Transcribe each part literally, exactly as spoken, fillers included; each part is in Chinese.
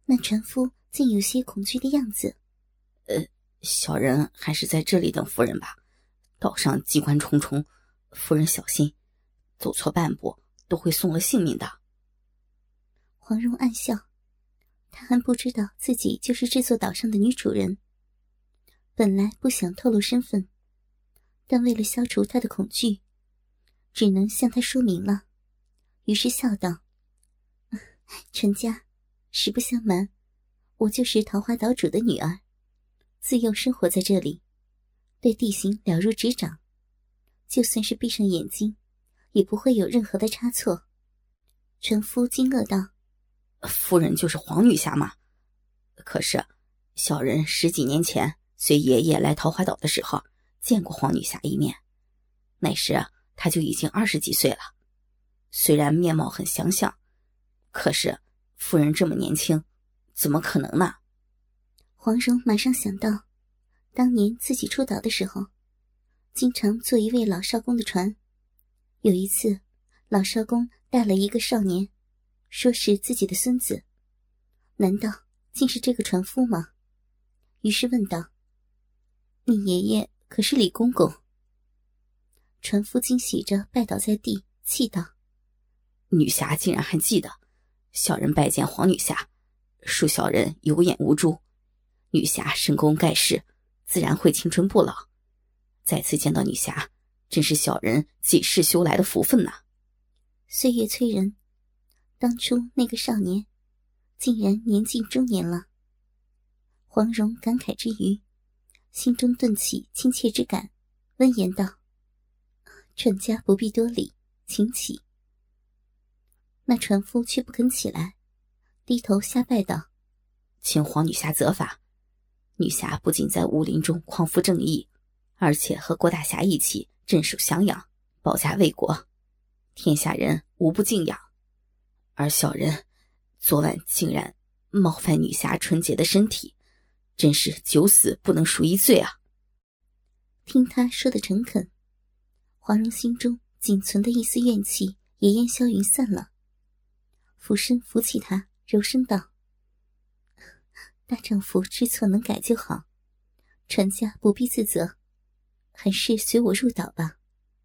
那船夫竟有些恐惧的样子。 呃，小人还是在这里等夫人吧，岛上机关重重，夫人小心，走错半步都会送了性命的。 黄蓉暗笑，她还不知道自己就是这座岛上的女主人，本来不想透露身份，但为了消除她的恐惧，只能向她说明了，于是笑道：陈家，实不相瞒，我就是桃花岛主的女儿，自幼生活在这里，对地形了如指掌，就算是闭上眼睛也不会有任何的差错。船夫惊愕道： 夫人就是黄女侠吗？可是小人十几年前随爷爷来桃花岛的时候见过黄女侠一面，那时她就已经二十几岁了，虽然面貌很相像，可是夫人这么年轻，怎么可能呢？ 黄蓉马上想到当年自己出岛的时候，经常坐一位老少公的船，有一次老少公带了一个少年，说是自己的孙子，难道竟是这个船夫吗？于是问道：你爷爷可是李公公？船夫惊喜着拜倒在地，气道： 女侠竟然还记得，小人拜见黄女侠，恕小人有眼无珠，女侠神功盖世，自然会青春不老，再次见到女侠，真是小人几世修来的福分呐。 岁月催人，当初那个少年竟然年近中年了。黄蓉感慨之余，心中顿起亲切之感，温言道：船家不必多礼，请起。那船夫却不肯起来，低头下拜道： 请黄女侠责罚，女侠不仅在武林中匡扶正义，而且和郭大侠一起镇守襄阳，保家卫国，天下人无不敬仰，而小人昨晚竟然冒犯女侠纯洁的身体，真是九死不能赎一罪啊。 听他说的诚恳，黄蓉心中仅存的一丝怨气也烟消云散了，俯身扶起他，柔声道：大丈夫知错能改就好，船家不必自责，还是随我入岛吧。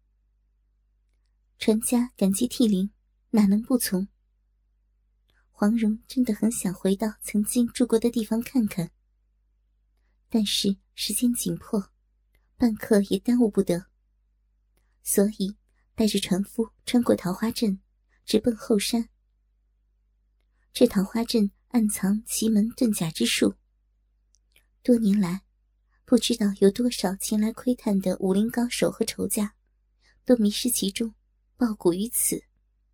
船家感激涕零，哪能不从？黄蓉真的很想回到曾经住过的地方看看，但是时间紧迫，半刻也耽误不得，所以带着船夫穿过桃花镇，直奔后山。这桃花镇暗藏奇门遁甲之术，多年来不知道有多少前来窥探的武林高手和仇家都迷失其中，抱骨于此。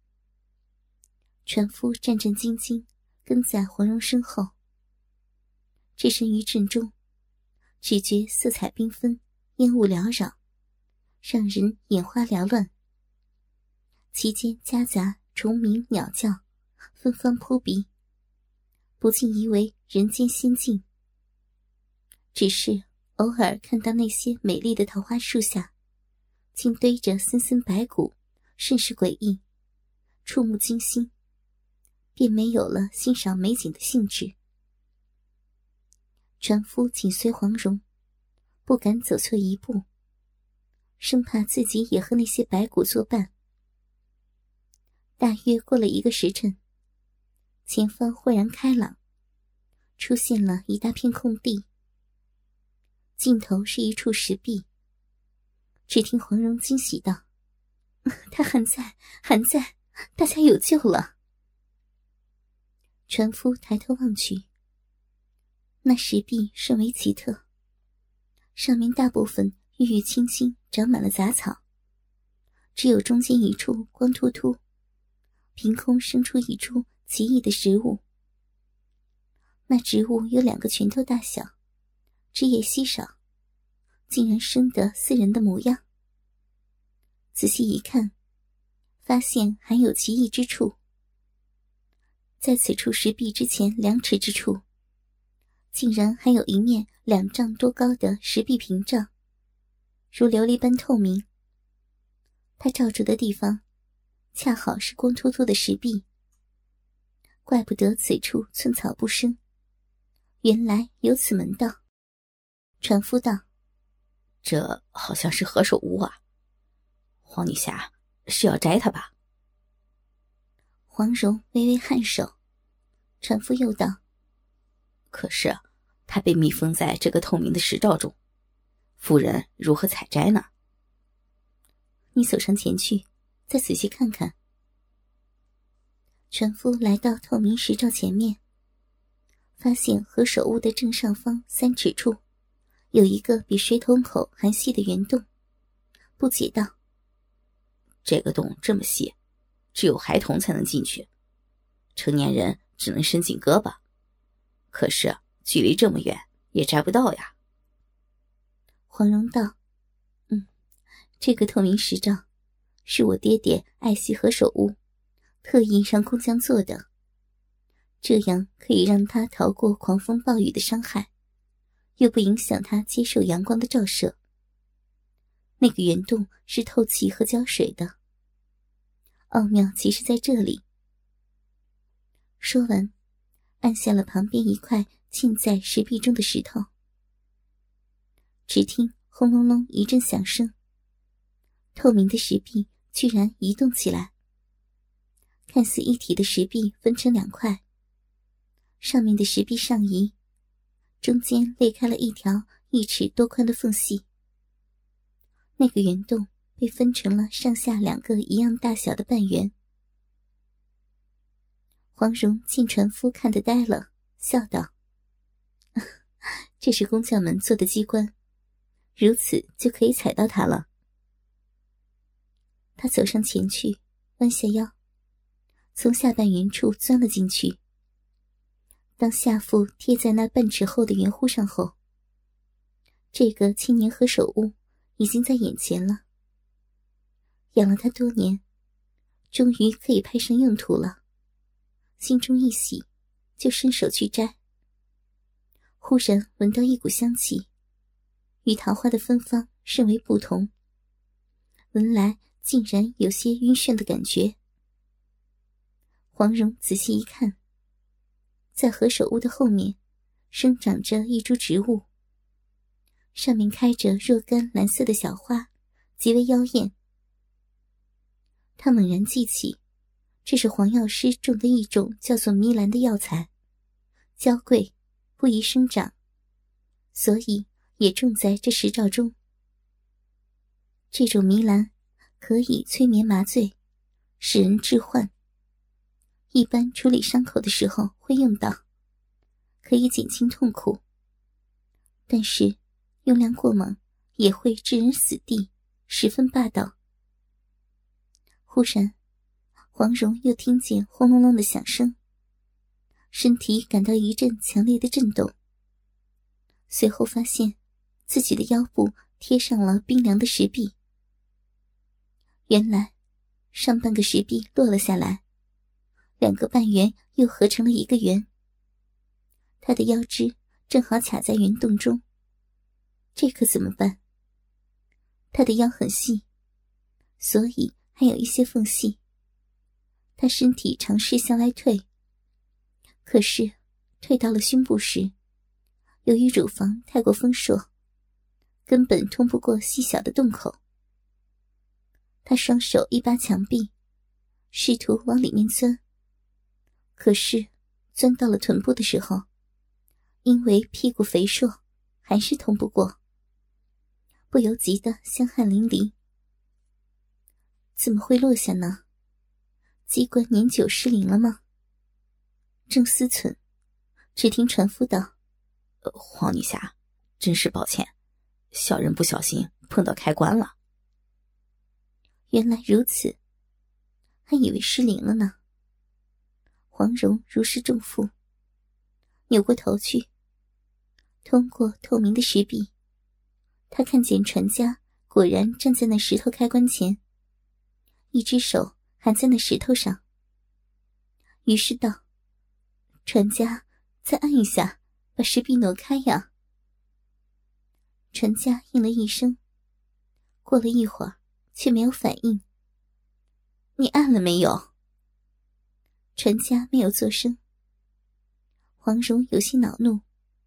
船夫战战兢兢跟在黄蓉身后，置身于阵中，只觉色彩缤纷，烟雾缭绕，让人眼花缭乱，其间夹杂虫鸣鸟叫，芬芳扑鼻，不禁疑为人间仙境。只是偶尔看到那些美丽的桃花树下竟堆着森森白骨，甚是诡异，触目惊心，便没有了欣赏美景的兴致。船夫紧随黄蓉，不敢走错一步，生怕自己也和那些白骨作伴。大约过了一个时辰，前方忽然开朗，出现了一大片空地，尽头是一处石壁。只听黄蓉惊喜道：他还在，还在，大家有救了。船夫抬头望去，那石壁甚为奇特，上面大部分郁郁青青，长满了杂草，只有中间一处光秃秃，凭空生出一株奇异的植物。那植物有两个拳头大小，枝叶稀少，竟然生得似人的模样。仔细一看，发现还有奇异之处。在此处石壁之前两尺之处，竟然还有一面两丈多高的石壁屏障，如琉璃般透明。它照住的地方恰好是光秃秃的石壁，怪不得此处寸草不生， 原来有此门道。船夫道： 这好像是何首乌啊，黄女侠是要摘它吧？ 黄蓉微微颔首。船夫又道： 可是它被密封在这个透明的石罩中，夫人如何采摘呢？ 你走上前去，再仔细看看。船夫来到透明石罩前面，发现何首乌的正上方三尺处有一个比水桶口还细的圆洞，不解道： 这个洞这么细，只有孩童才能进去，成年人只能伸进胳膊，可是距离这么远也摘不到呀。 黄蓉道：嗯，这个透明石罩是我爹爹爱惜何首乌，特意让工匠做的，这样可以让他逃过狂风暴雨的伤害，又不影响他接受阳光的照射。那个圆洞是透气和浇水的，奥妙其实在这里。说完，按下了旁边一块浸在石壁中的石头。只听轰隆隆一阵响声，透明的石壁居然移动起来，看似一体的石壁分成两块，上面的石壁上移，中间裂开了一条一尺多宽的缝隙。那个圆洞被分成了上下两个一样大小的半圆。黄蓉见船夫看得呆了，笑道：这是工匠们做的机关，如此就可以踩到它了。他走上前去，弯下腰，从下半圆处钻了进去。当下腹贴在那半尺厚的圆弧上后，这个千年何首乌已经在眼前了。养了它多年，终于可以派上用途了，心中一喜，就伸手去摘。忽然闻到一股香气，与桃花的芬芳甚为不同，闻来竟然有些晕眩的感觉。黄蓉仔细一看，在何首乌的后面生长着一株植物，上面开着若干蓝色的小花，极为妖艳。她猛然记起，这是黄药师种的一种叫做迷兰的药材，娇贵，不宜生长，所以也种在这石罩中。这种迷兰可以催眠麻醉，使人致幻，一般处理伤口的时候会用到，可以减轻痛苦，但是用量过猛也会致人死地，十分霸道。忽然黄蓉又听见轰隆隆的响声，身体感到一阵强烈的震动，随后发现自己的腰部贴上了冰凉的石壁。原来上半个石壁落了下来，两个半圆又合成了一个圆，他的腰肢正好卡在圆洞中。这可怎么办？他的腰很细，所以还有一些缝隙。他身体尝试向来退，可是退到了胸部时，由于乳房太过丰硕，根本通不过细小的洞口。他双手一扒墙壁，试图往里面钻，可是钻到了臀部的时候，因为屁股肥硕，还是通不过，不由急得香汗淋漓。怎么会落下呢？机关年久失灵了吗？正思忖，只听船夫道： 呃、黄女侠，真是抱歉，小人不小心碰到开关了。 原来如此，还以为失灵了呢。黄蓉如释重负，扭过头去，通过透明的石壁，她看见船家果然站在那石头开关前，一只手还在那石头上。于是道：船家，再按一下，把石壁挪开呀。船家应了一声，过了一会儿却没有反应。你按了没有？船家没有作声。黄蓉有些恼怒，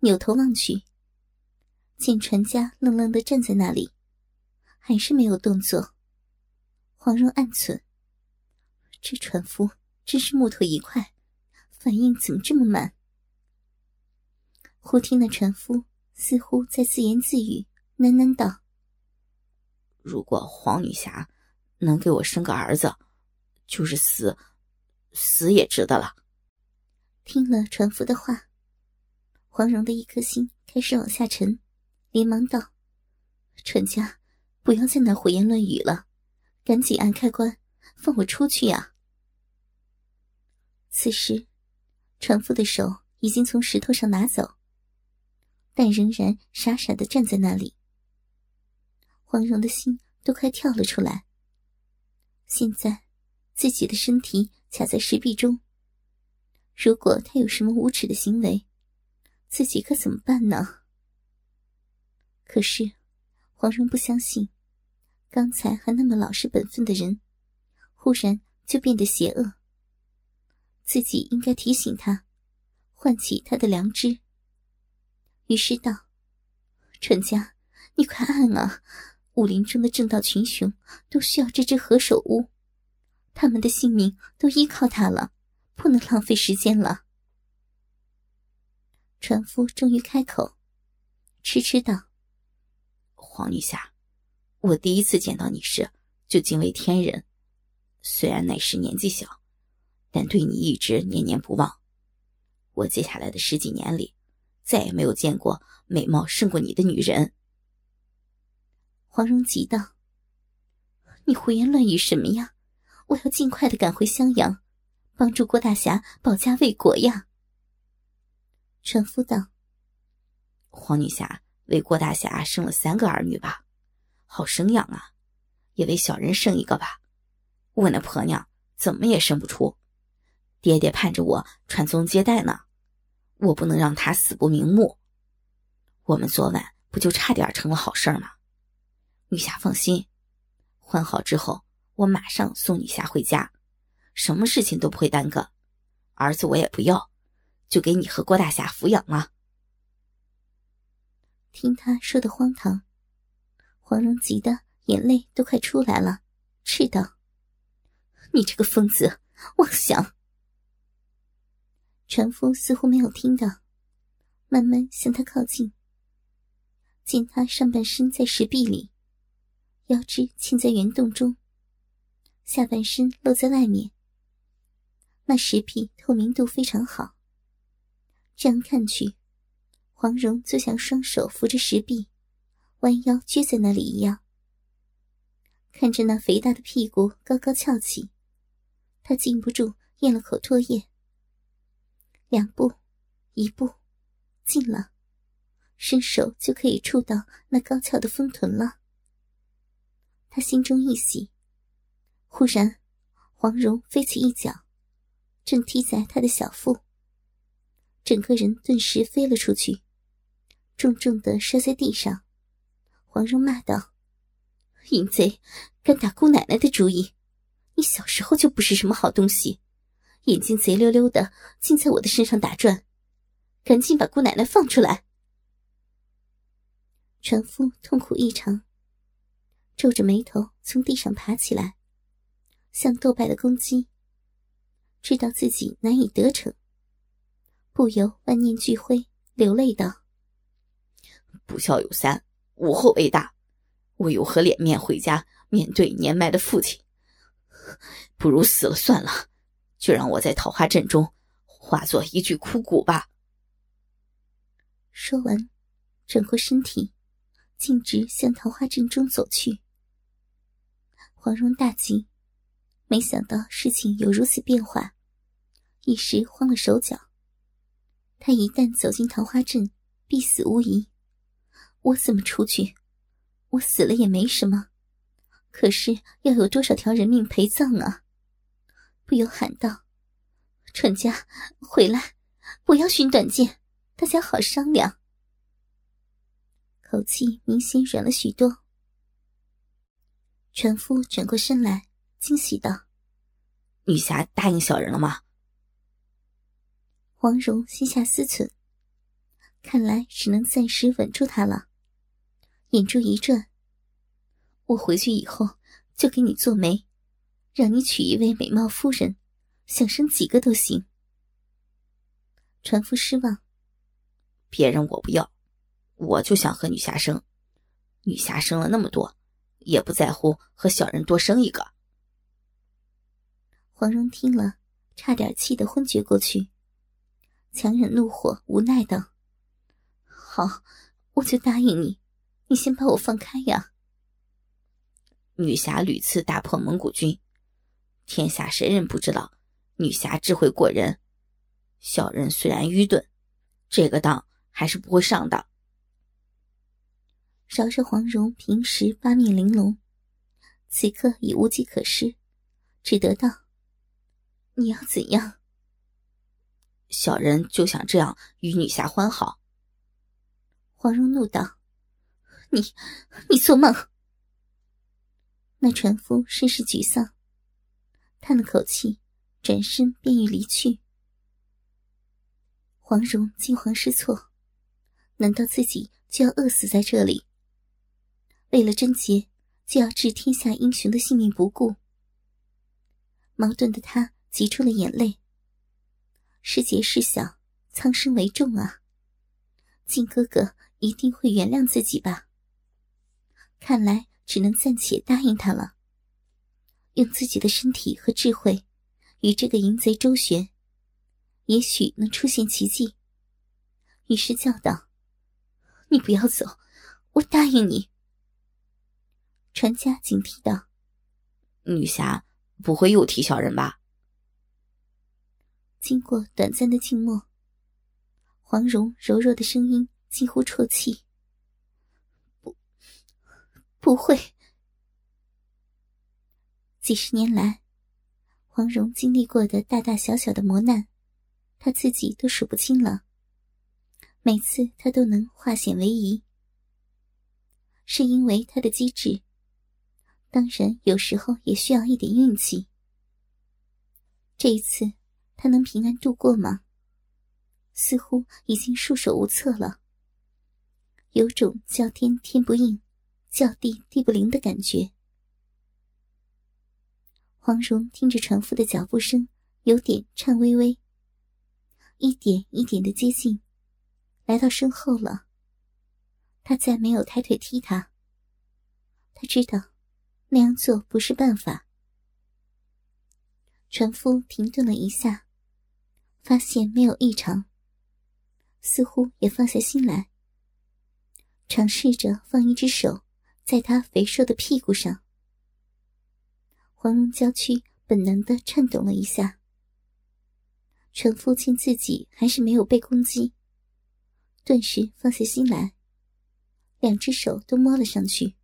扭头望去，见船家愣愣地站在那里，还是没有动作。黄蓉暗忖，这船夫真是木头一块，反应怎么这么慢。忽听那船夫似乎在自言自语，喃喃道： 如果黄女侠能给我生个儿子，就是死死也值得了。 听了船夫的话，黄蓉的一颗心开始往下沉，连忙道：船家，不要在那胡言乱语了，赶紧按开关，放我出去呀！此时船夫的手已经从石头上拿走，但仍然傻傻地站在那里。黄蓉的心都快跳了出来，现在自己的身体卡在石壁中，如果他有什么无耻的行为，自己可怎么办呢？可是黄蓉不相信，刚才还那么老实本分的人，忽然就变得邪恶。自己应该提醒他，唤起他的良知。于是道：船家，你快按啊！武林中的正道群雄都需要这只何首乌，他们的性命都依靠他了，不能浪费时间了。船夫终于开口，痴痴道： 黄女侠，我第一次见到你时就惊为天人，虽然那时年纪小，但对你一直念念不忘。我接下来的十几年里，再也没有见过美貌胜过你的女人。 黄蓉急道：你胡言乱语什么呀？我要尽快地赶回襄阳，帮助郭大侠保家卫国呀。船夫道： 黄女侠为郭大侠生了三个儿女吧，好生养啊，也为小人生一个吧。我那婆娘怎么也生不出，爹爹盼着我传宗接代呢，我不能让他死不瞑目。我们昨晚不就差点成了好事吗？女侠放心，换好之后我马上送女侠回家，什么事情都不会耽搁，儿子我也不要，就给你和郭大侠抚养了。 听他说的荒唐，黄蓉急得眼泪都快出来了，斥道：你这个疯子，妄想！船夫似乎没有听到，慢慢向他靠近，见他上半身在石壁里，腰肢嵌在圆洞中，下半身露在外面。那石壁透明度非常好，这样看去，黄蓉就像双手扶着石壁，弯腰撅在那里一样。看着那肥大的屁股高高翘起，他禁不住咽了口唾液。两步，一步，近了，伸手就可以触到那高翘的丰臀了。他心中一喜，忽然黄蓉飞起一脚，正踢在他的小腹，整个人顿时飞了出去，重重地摔在地上。黄蓉骂道：淫贼，敢打姑奶奶的主意，你小时候就不是什么好东西，眼睛贼溜溜的竟在我的身上打转，赶紧把姑奶奶放出来。船夫痛苦异常，皱着眉头从地上爬起来，向斗败的公鸡，知道自己难以得逞，不由万念俱灰，流泪道： 不孝有三，无后为大，我有何脸面回家面对年迈的父亲？不如死了算了，就让我在桃花阵中化作一具枯骨吧。 说完，转过身体，径直向桃花阵中走去。黄蓉大急，没想到事情有如此变化，一时慌了手脚。他一旦走进桃花阵，必死无疑。我怎么出去？我死了也没什么，可是要有多少条人命陪葬啊？不由喊道：船家，回来，不要寻短见，大家好商量。口气明显软了许多。船夫转过身来，惊喜道： 女侠答应小人了吗？ 黄蓉心下思忖， 看来只能暂时稳住他了。眼珠一转，我回去以后就给你做媒，让你娶一位美貌夫人，想生几个都行。船夫失望， 别人我不要，我就想和女侠生。女侠生了那么多，也不在乎和小人多生一个。 黄蓉听了，差点气得昏厥过去，强忍怒火，无奈道：好，我就答应你，你先把我放开呀。 女侠屡次大破蒙古军，天下谁人不知道女侠智慧过人，小人虽然愚钝，这个当还是不会上的。 饶是黄蓉平时八面玲珑，此刻已无计可施，只得道：你要怎样？ 小人就想这样与女侠欢好。 黄蓉怒道：你你做梦！那船夫甚是沮丧，叹了口气，转身便欲离去。黄蓉惊慌失措，难道自己就要饿死在这里？为了贞洁，就要置天下英雄的性命不顾？矛盾的她挤出了眼泪。时节事小，苍生为重啊，靖哥哥一定会原谅自己吧。看来只能暂且答应他了，用自己的身体和智慧与这个淫贼周旋，也许能出现奇迹。于是叫道：你不要走，我答应你。船家警惕道： 女侠不会又提小人吧？ 经过短暂的静默，黄蓉柔弱的声音几乎啜泣：不不会。几十年来，黄蓉经历过的大大小小的磨难，她自己都数不清了，每次她都能化险为夷，是因为她的机智，当然有时候也需要一点运气。这一次她能平安度过吗？似乎已经束手无策了，有种叫天天不应，叫地地不灵的感觉。黄蓉听着船夫的脚步声，有点颤巍巍，一点一点的接近，来到身后了。她再没有抬腿踢他，她知道那样做不是办法。船夫停顿了一下，发现没有异常，似乎也放下心来，尝试着放一只手在他肥硕的屁股上。黄蓉娇躯本能地颤动了一下，船夫见自己还是没有被攻击，顿时放下心来，两只手都摸了上去。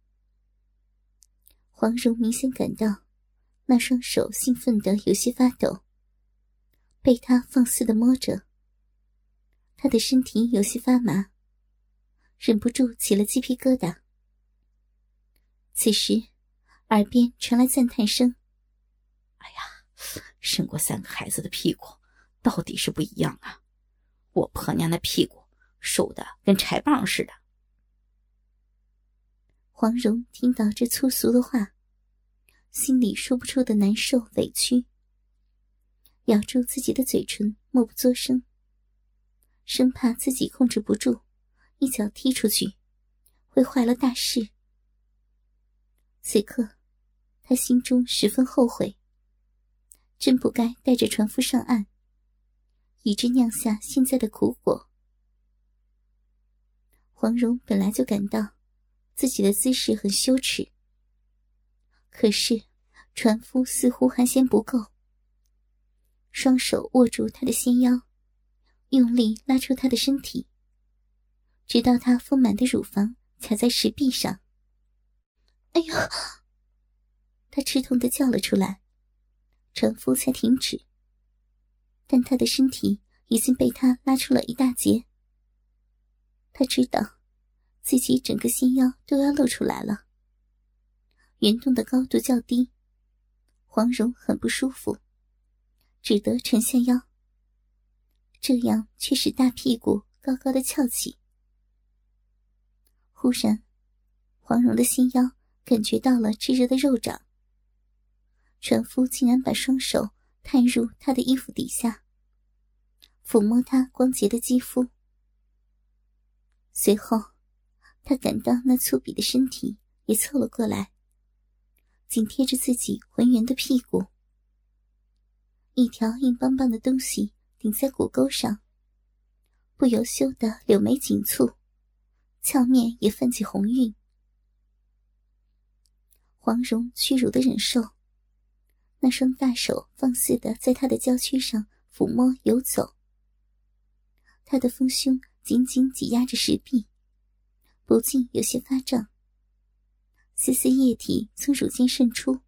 黄蓉明显感到那双手兴奋得有些发抖，被他放肆地摸着，他的身体有些发麻，忍不住起了鸡皮疙瘩。此时耳边传来赞叹声： 哎呀，生过三个孩子的屁股到底是不一样啊，我婆娘的屁股瘦得跟柴棒似的。 黄蓉听到这粗俗的话，心里说不出的难受委屈，咬住自己的嘴唇，默不作声，生怕自己控制不住，一脚踢出去会坏了大事。此刻他心中十分后悔，真不该带着船夫上岸，以致酿下现在的苦果。黄蓉本来就感到自己的姿势很羞耻，可是船夫似乎还嫌不够，双手握住他的纤腰，用力拉出他的身体，直到他丰满的乳房卡在石壁上。哎呀！他吃痛地叫了出来，船夫才停止，但他的身体已经被他拉出了一大截。他知道自己整个纤腰都要露出来了，圆洞的高度较低，黄蓉很不舒服，只得沉下腰，这样却使大屁股高高的翘起。忽然，黄蓉的细腰感觉到了炙热的肉掌，船夫竟然把双手探入她的衣服底下，抚摸她光洁的肌肤。随后，他感到那粗鄙的身体也凑了过来，紧贴着自己浑圆的屁股，一条硬邦邦的东西顶在骨沟上，不由羞得柳眉紧蹙，俏面也泛起红晕。黄蓉屈辱的忍受，那双大手放肆地在她的娇躯上抚摸游走，她的丰胸紧紧挤压着石壁，不禁有些发胀，丝丝液体从乳尖渗出，